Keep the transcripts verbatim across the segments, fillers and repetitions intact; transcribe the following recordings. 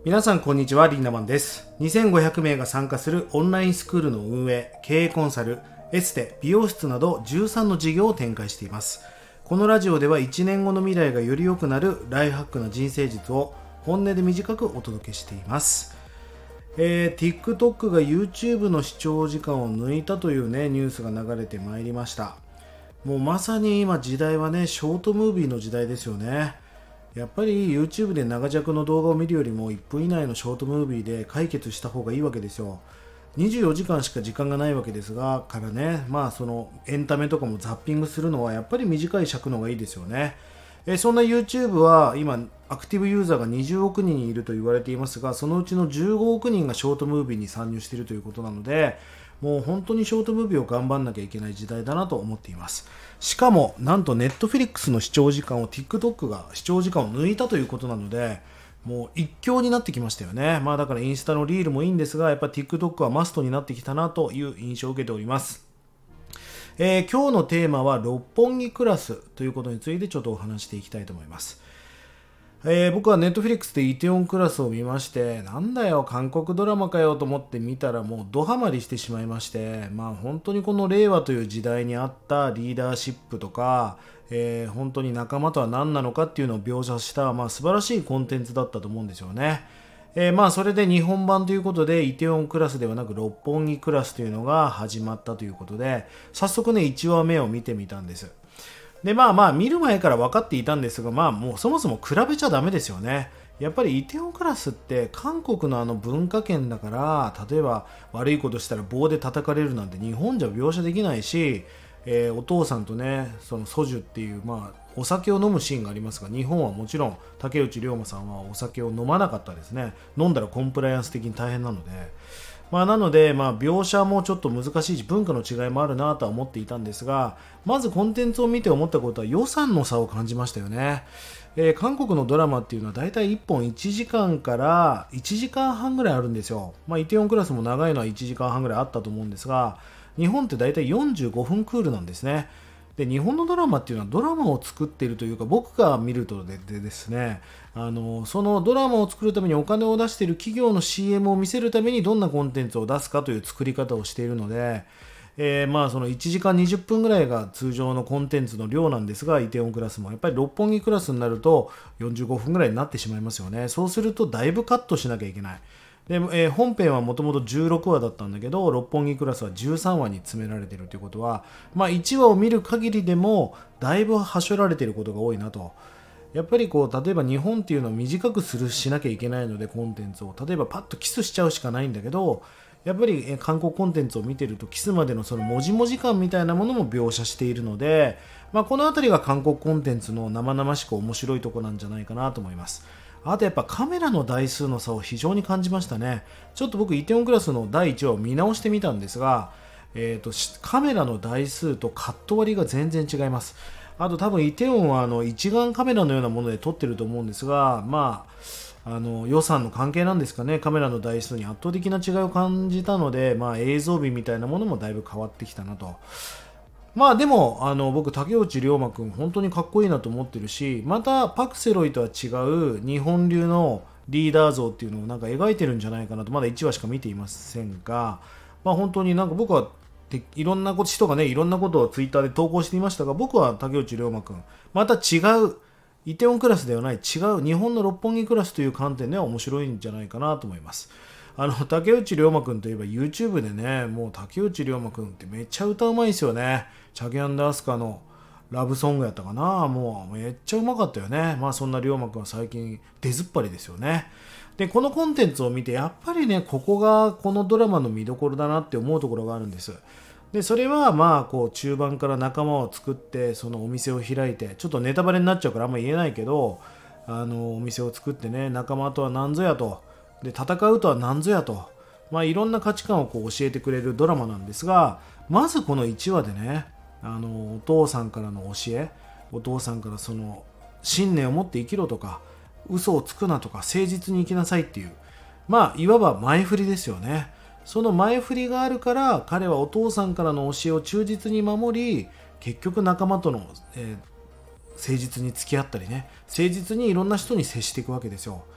皆さんこんにちは、リンダマンです。にせんごひゃくめいが参加するオンラインスクールの運営、経営コンサル、エステ、美容室などじゅうさんの事業を展開しています。このラジオではいちねんごの未来がより良くなるライフハックな人生術を本音で短くお届けしています。えー、TikTok が YouTube の視聴時間を抜いたというね、ニュースが流れてまいりました。もうまさに今時代はね、ショートムービーの時代ですよね。やっぱり YouTube で長尺の動画を見るよりもいっぷん以内のショートムービーで解決した方がいいわけですよ。にじゅうよじかんしか時間がないわけですが、からね、まあそのエンタメとかもザッピングするのはやっぱり短い尺の方がいいですよね。えそんな YouTube は今アクティブユーザーがにじゅうおくにんいると言われていますが、そのうちのじゅうごおくにんがショートムービーに参入しているということなので、もう本当にショートムービーを頑張んなきゃいけない時代だなと思っています。しかもなんと Netflix の視聴時間を TikTok が視聴時間を抜いたということなので、もう一強になってきましたよね。まあだからインスタのリールもいいんですが、やっぱ TikTok はマストになってきたなという印象を受けております。えー、今日のテーマは六本木クラスということについてちょっとお話していきたいと思います。えー、僕はネットフリックスでイテウォンクラスを見まして、なんだよ韓国ドラマかよと思って見たらもうドハマりしてしまいまして、まあ本当にこの令和という時代にあったリーダーシップとか、えー、本当に仲間とは何なのかっていうのを描写した、まあ、素晴らしいコンテンツだったと思うんですよね。えー、まあそれで日本版ということでイテウォンクラスではなく六本木クラスというのが始まったということで、早速ねいちわめを見てみたんです。でまあまあ見る前から分かっていたんですが、まあもうそもそも比べちゃダメですよね。やっぱりイテウォンクラスって韓国のあの文化圏だから、例えば悪いことしたら棒で叩かれるなんて日本じゃ描写できないし、えー、お父さんとねそのソジュっていうまあお酒を飲むシーンがありますが、日本はもちろん竹内涼真さんはお酒を飲まなかったですね。飲んだらコンプライアンス的に大変なので、まあ、なので、まあ、描写もちょっと難しいし文化の違いもあるなとは思っていたんですが、まずコンテンツを見て思ったことは予算の差を感じましたよね。えー、韓国のドラマっていうのはだいたいいっぽんいちじかんからいちじかんはんぐらいあるんですよ。まあ、イテウォンクラスも長いのはいちじかんはんぐらいあったと思うんですが、日本ってだいたいよんじゅうごふんクールなんですね。で日本のドラマっていうのはドラマを作っているというか、僕が見ると で, でですねあのそのドラマを作るためにお金を出している企業の シーエム を見せるためにどんなコンテンツを出すかという作り方をしているので、えー、まあそのいちじかんにじゅっぷんぐらいが通常のコンテンツの量なんですが、イテウォンクラスもやっぱり六本木クラスになるとよんじゅうごふんぐらいになってしまいますよね。そうするとだいぶカットしなきゃいけない。で、えー、本編はもともとじゅうろくわだったんだけど、六本木クラスはじゅうさんわに詰められているということは、まあ、いちわを見る限りでもだいぶはしょられていることが多いなと。やっぱりこう例えば日本っていうのを短くするしなきゃいけないので、コンテンツを例えばパッとキスしちゃうしかないんだけど、やっぱり韓国コンテンツを見てるとキスまでのそのもじもじ感みたいなものも描写しているので、まあ、このあたりが韓国コンテンツの生々しく面白いところなんじゃないかなと思います。あとやっぱカメラの台数の差を非常に感じましたね。ちょっと僕イテウォンクラスのだいいちわを見直してみたんですが、えーと、カメラの台数とカット割りが全然違います。あと多分イテウォンはあの一眼カメラのようなもので撮ってると思うんですが、まあ、あの予算の関係なんですかね、カメラの台数に圧倒的な違いを感じたので、まあ、映像美みたいなものもだいぶ変わってきたなと。まあでもあの僕竹内涼真君本当にかっこいいなと思ってるし、またパクセロイとは違う日本流のリーダー像っていうのをなんか描いてるんじゃないかなと。まだいちわしか見ていませんが、まあ、本当になんか僕はいろんな人がねいろんなことをツイッターで投稿していましたが、僕は竹内涼真君また違うイテウォンクラスではない違う日本の六本木クラスという観点では面白いんじゃないかなと思います。あの竹内涼真君といえば YouTube でね、もう竹内涼真君ってめっちゃ歌うまいですよね。チャゲアンダースカのラブソングやったかな、もうめっちゃうまかったよね。まあそんな涼真君は最近出ずっぱりですよね。でこのコンテンツを見てやっぱりね、ここがこのドラマの見どころだなって思うところがあるんです。でそれはまあこう中盤から仲間を作ってそのお店を開いて、ちょっとネタバレになっちゃうからあんま言えないけど、あのお店を作ってね、仲間とは何ぞやと、で戦うとは何ぞやと、まあ、いろんな価値観をこう教えてくれるドラマなんですが、まずこのいちわでね、あのお父さんからの教え、お父さんからその信念を持って生きろとか、嘘をつくなとか、誠実に生きなさいっていう、まあいわば前振りですよね。その前振りがあるから彼はお父さんからの教えを忠実に守り、結局仲間との、えー、誠実に付き合ったりね、誠実にいろんな人に接していくわけですよ。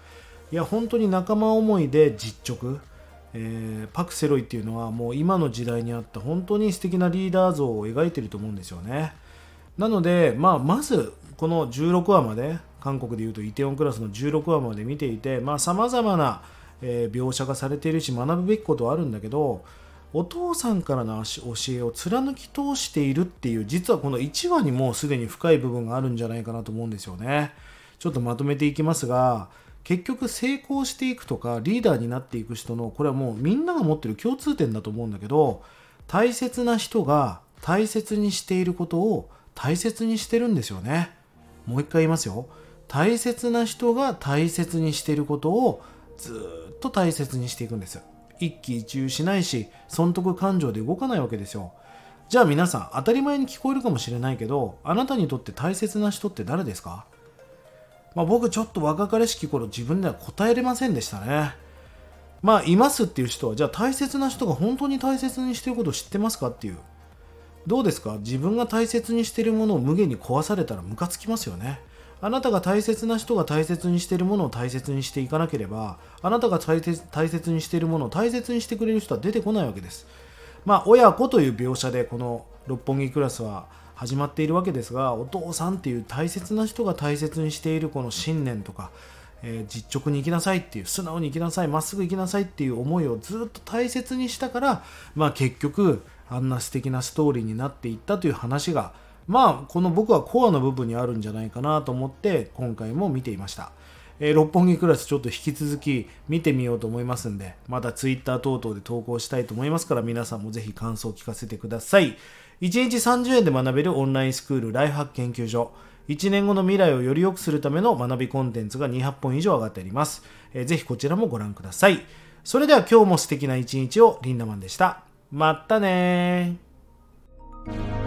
いや本当に仲間思いで実直、えー、パク・セロイっていうのはもう今の時代にあった本当に素敵なリーダー像を描いていると思うんですよね。なので、まあ、まずこのじゅうろくわまで、韓国でいうとイテウォンクラスのじゅうろくわまで見ていて、さまざ、まな、えー、描写がされているし学ぶべきことはあるんだけど、お父さんからの教えを貫き通しているっていう、実はこのいちわにもうすでに深い部分があるんじゃないかなと思うんですよね。ちょっとまとめていきますが、結局成功していくとかリーダーになっていく人の、これはもうみんなが持っている共通点だと思うんだけど、大切な人が大切にしていることを大切にしてるんですよね。もう一回言いますよ。大切な人が大切にしていることをずっと大切にしていくんです。一喜一憂しないし、損得感情で動かないわけですよ。じゃあ皆さん、当たり前に聞こえるかもしれないけど、あなたにとって大切な人って誰ですか？まあ、僕ちょっと若かりしき頃自分では答えれませんでしたね。まあいますっていう人は、じゃあ大切な人が本当に大切にしていることを知ってますかっていう。どうですか？自分が大切にしているものを無限に壊されたらムカつきますよね。あなたが大切な人が大切にしているものを大切にしていかなければ、あなたが大切、大切にしているものを大切にしてくれる人は出てこないわけです。まあ親子という描写でこの六本木クラスは始まっているわけですが、お父さんっていう大切な人が大切にしているこの信念とか、えー、実直に生きなさいっていう、素直に生きなさい、まっすぐ生きなさいっていう思いをずっと大切にしたから、まあ結局あんな素敵なストーリーになっていったという話が、まあこの僕はコアの部分にあるんじゃないかなと思って今回も見ていました。えー、六本木クラスちょっと引き続き見てみようと思いますんで、またツイッター等々で投稿したいと思いますから、皆さんもぜひ感想を聞かせてください。いちにちさんじゅうえんで学べるオンラインスクールライフハック研究所。いちねんごの未来をより良くするための学びコンテンツがにひゃっぽん以上上がっております。えー、ぜひこちらもご覧ください。それでは今日も素敵な一日を。リンダマンでした。またねー。